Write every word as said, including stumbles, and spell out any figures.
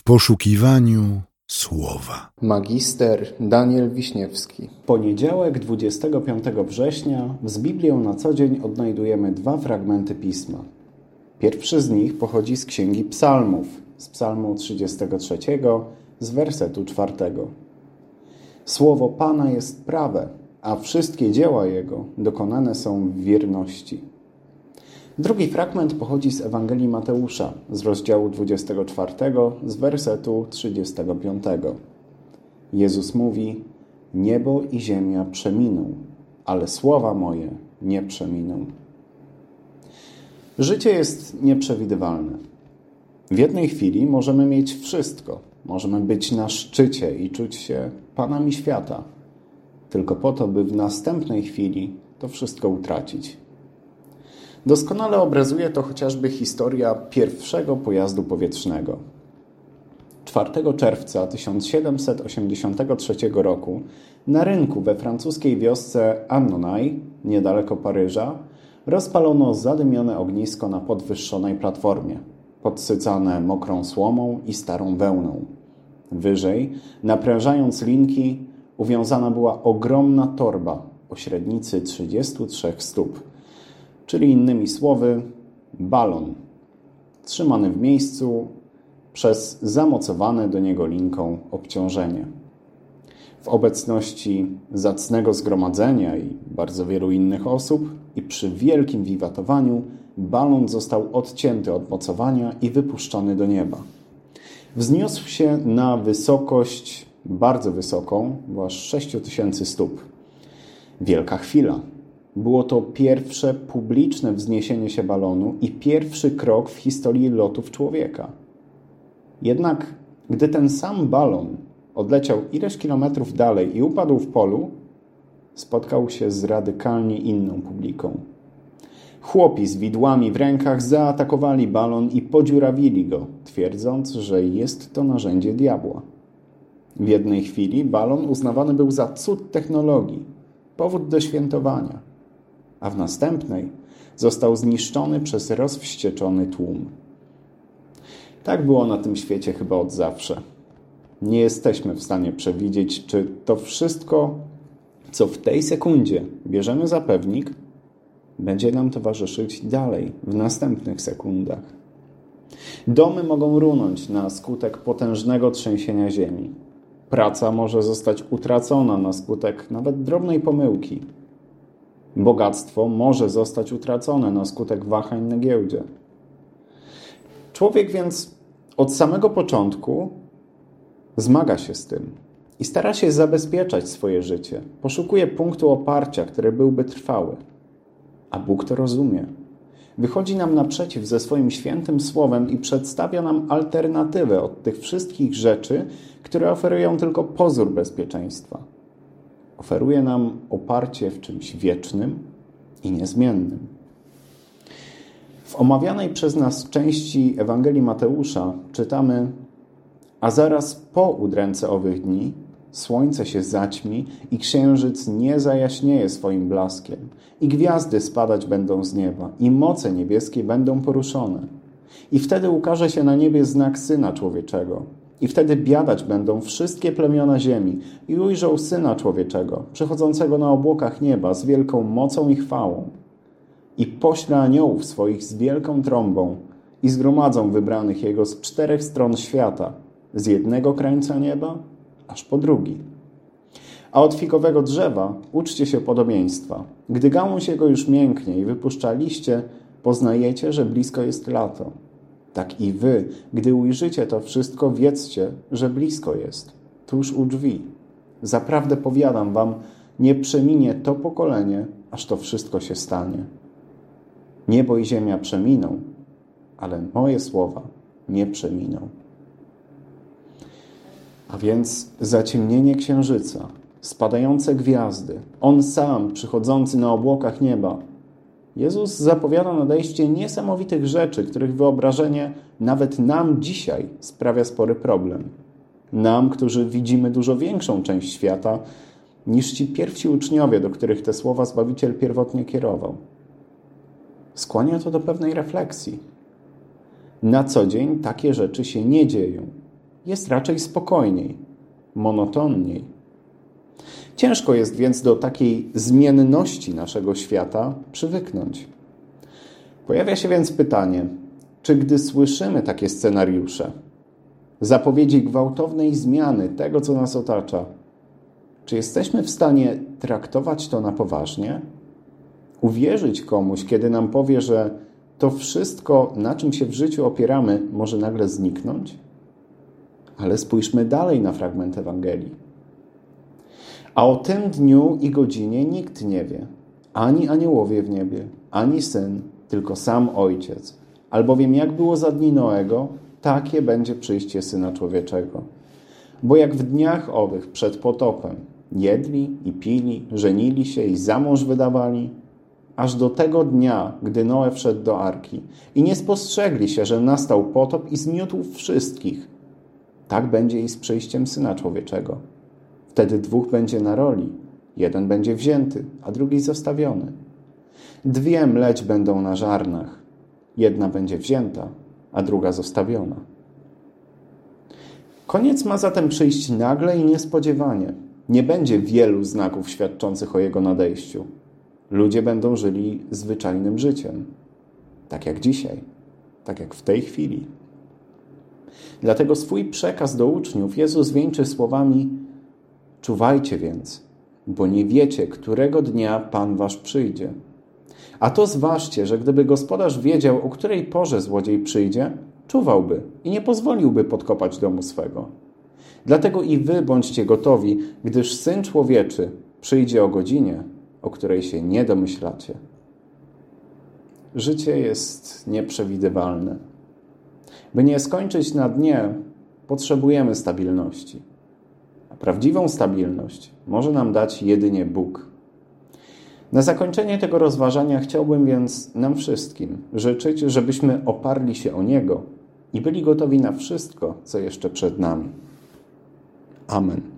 W poszukiwaniu słowa. Magister Daniel Wiśniewski. Poniedziałek, dwudziestego piątego września. Z Biblią na co dzień odnajdujemy dwa fragmenty Pisma. Pierwszy z nich pochodzi z Księgi Psalmów, z Psalmu trzydziestego trzeciego, z wersetu czwartego. Słowo Pana jest prawe, a wszystkie dzieła Jego dokonane są w wierności. Drugi fragment pochodzi z Ewangelii Mateusza, z rozdziału dwudziestego czwartego, z wersetu trzydziestego piątego. Jezus mówi: niebo i ziemia przeminą, ale słowa moje nie przeminą. Życie jest nieprzewidywalne. W jednej chwili możemy mieć wszystko. Możemy być na szczycie i czuć się panami świata. Tylko po to, by w następnej chwili to wszystko utracić. Doskonale obrazuje to chociażby historia pierwszego pojazdu powietrznego. czwartego czerwca tysiąc siedemset osiemdziesiątego trzeciego roku na rynku we francuskiej wiosce Annonay, niedaleko Paryża, rozpalono zadymione ognisko na podwyższonej platformie, podsycane mokrą słomą i starą wełną. Wyżej, naprężając linki, uwiązana była ogromna torba o średnicy trzydziestu trzech stóp. Czyli innymi słowy, balon, trzymany w miejscu przez zamocowane do niego linką obciążenie. W obecności zacnego zgromadzenia i bardzo wielu innych osób i przy wielkim wiwatowaniu balon został odcięty od mocowania i wypuszczony do nieba. Wzniósł się na wysokość bardzo wysoką, bo aż sześć tysięcy stóp. Wielka chwila. Było to pierwsze publiczne wzniesienie się balonu i pierwszy krok w historii lotów człowieka. Jednak gdy ten sam balon odleciał ileś kilometrów dalej i upadł w polu, spotkał się z radykalnie inną publiką. Chłopi z widłami w rękach zaatakowali balon i podziurawili go, twierdząc, że jest to narzędzie diabła. W jednej chwili balon uznawany był za cud technologii, powód do świętowania, a w następnej został zniszczony przez rozwścieczony tłum. Tak było na tym świecie chyba od zawsze. Nie jesteśmy w stanie przewidzieć, czy to wszystko, co w tej sekundzie bierzemy za pewnik, będzie nam towarzyszyć dalej, w następnych sekundach. Domy mogą runąć na skutek potężnego trzęsienia ziemi. Praca może zostać utracona na skutek nawet drobnej pomyłki. Bogactwo może zostać utracone na skutek wahań na giełdzie. Człowiek więc od samego początku zmaga się z tym i stara się zabezpieczać swoje życie. Poszukuje punktu oparcia, który byłby trwały. A Bóg to rozumie. Wychodzi nam naprzeciw ze swoim świętym słowem i przedstawia nam alternatywę od tych wszystkich rzeczy, które oferują tylko pozór bezpieczeństwa. Oferuje nam oparcie w czymś wiecznym i niezmiennym. W omawianej przez nas części Ewangelii Mateusza czytamy: a zaraz po udręce owych dni słońce się zaćmi i księżyc nie zajaśnieje swoim blaskiem i gwiazdy spadać będą z nieba i moce niebieskie będą poruszone. I wtedy ukaże się na niebie znak Syna Człowieczego. I wtedy biadać będą wszystkie plemiona ziemi i ujrzą Syna Człowieczego, przychodzącego na obłokach nieba z wielką mocą i chwałą. I pośle aniołów swoich z wielką trąbą i zgromadzą wybranych Jego z czterech stron świata, z jednego krańca nieba aż po drugi. A od figowego drzewa uczcie się podobieństwa. Gdy gałąź jego już mięknie i wypuszcza liście, poznajecie, że blisko jest lato. Tak i wy, gdy ujrzycie to wszystko, wiedzcie, że blisko jest, tuż u drzwi. Zaprawdę powiadam wam, nie przeminie to pokolenie, aż to wszystko się stanie. Niebo i ziemia przeminą, ale moje słowa nie przeminą. A więc zaciemnienie księżyca, spadające gwiazdy, On sam przychodzący na obłokach nieba. Jezus zapowiada nadejście niesamowitych rzeczy, których wyobrażenie nawet nam dzisiaj sprawia spory problem. Nam, którzy widzimy dużo większą część świata niż ci pierwsi uczniowie, do których te słowa Zbawiciel pierwotnie kierował. Skłania to do pewnej refleksji. Na co dzień takie rzeczy się nie dzieją. jest raczej spokojniej, monotonniej. Ciężko jest więc do takiej zmienności naszego świata przywyknąć. Pojawia się więc pytanie, czy gdy słyszymy takie scenariusze, zapowiedzi gwałtownej zmiany tego, co nas otacza, czy jesteśmy w stanie traktować to na poważnie? Uwierzyć komuś, kiedy nam powie, że to wszystko, na czym się w życiu opieramy, może nagle zniknąć? Ale spójrzmy dalej na fragment Ewangelii. A o tym dniu i godzinie nikt nie wie, ani aniołowie w niebie, ani Syn, tylko sam Ojciec. Albowiem jak było za dni Noego, takie będzie przyjście Syna Człowieczego. Bo jak w dniach owych przed potopem jedli i pili, żenili się i za mąż wydawali, aż do tego dnia, gdy Noe wszedł do arki i nie spostrzegli się, że nastał potop i zmiótł wszystkich, tak będzie i z przyjściem Syna Człowieczego. Wtedy dwóch będzie na roli, jeden będzie wzięty, a drugi zostawiony. Dwie mleć będą na żarnach, jedna będzie wzięta, a druga zostawiona. Koniec ma zatem przyjść nagle i niespodziewanie. Nie będzie wielu znaków świadczących o jego nadejściu. Ludzie będą żyli zwyczajnym życiem, tak jak dzisiaj, tak jak w tej chwili. Dlatego swój przekaz do uczniów Jezus wieńczy słowami: czuwajcie więc, bo nie wiecie, którego dnia Pan wasz przyjdzie. A to zważcie, że gdyby gospodarz wiedział, o której porze złodziej przyjdzie, czuwałby i nie pozwoliłby podkopać domu swego. Dlatego i wy bądźcie gotowi, gdyż Syn Człowieczy przyjdzie o godzinie, o której się nie domyślacie. Życie jest nieprzewidywalne. By nie skończyć na dnie, potrzebujemy stabilności. A prawdziwą stabilność może nam dać jedynie Bóg. Na zakończenie tego rozważania chciałbym więc nam wszystkim życzyć, żebyśmy oparli się o Niego i byli gotowi na wszystko, co jeszcze przed nami. Amen.